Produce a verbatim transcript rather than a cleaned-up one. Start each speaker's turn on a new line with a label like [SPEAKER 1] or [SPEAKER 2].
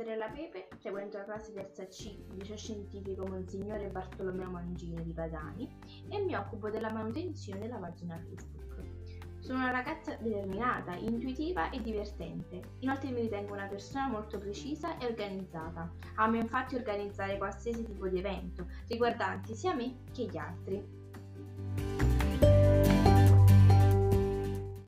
[SPEAKER 1] Gabriella Pepe, frequento la classe terza C del liceo scientifico Monsignore Bartolomeo Mangini di Padani e mi occupo della manutenzione della pagina Facebook. Sono una ragazza determinata, intuitiva e divertente. Inoltre mi ritengo una persona molto precisa e organizzata. Amo infatti organizzare qualsiasi tipo di evento, riguardanti sia me che gli altri.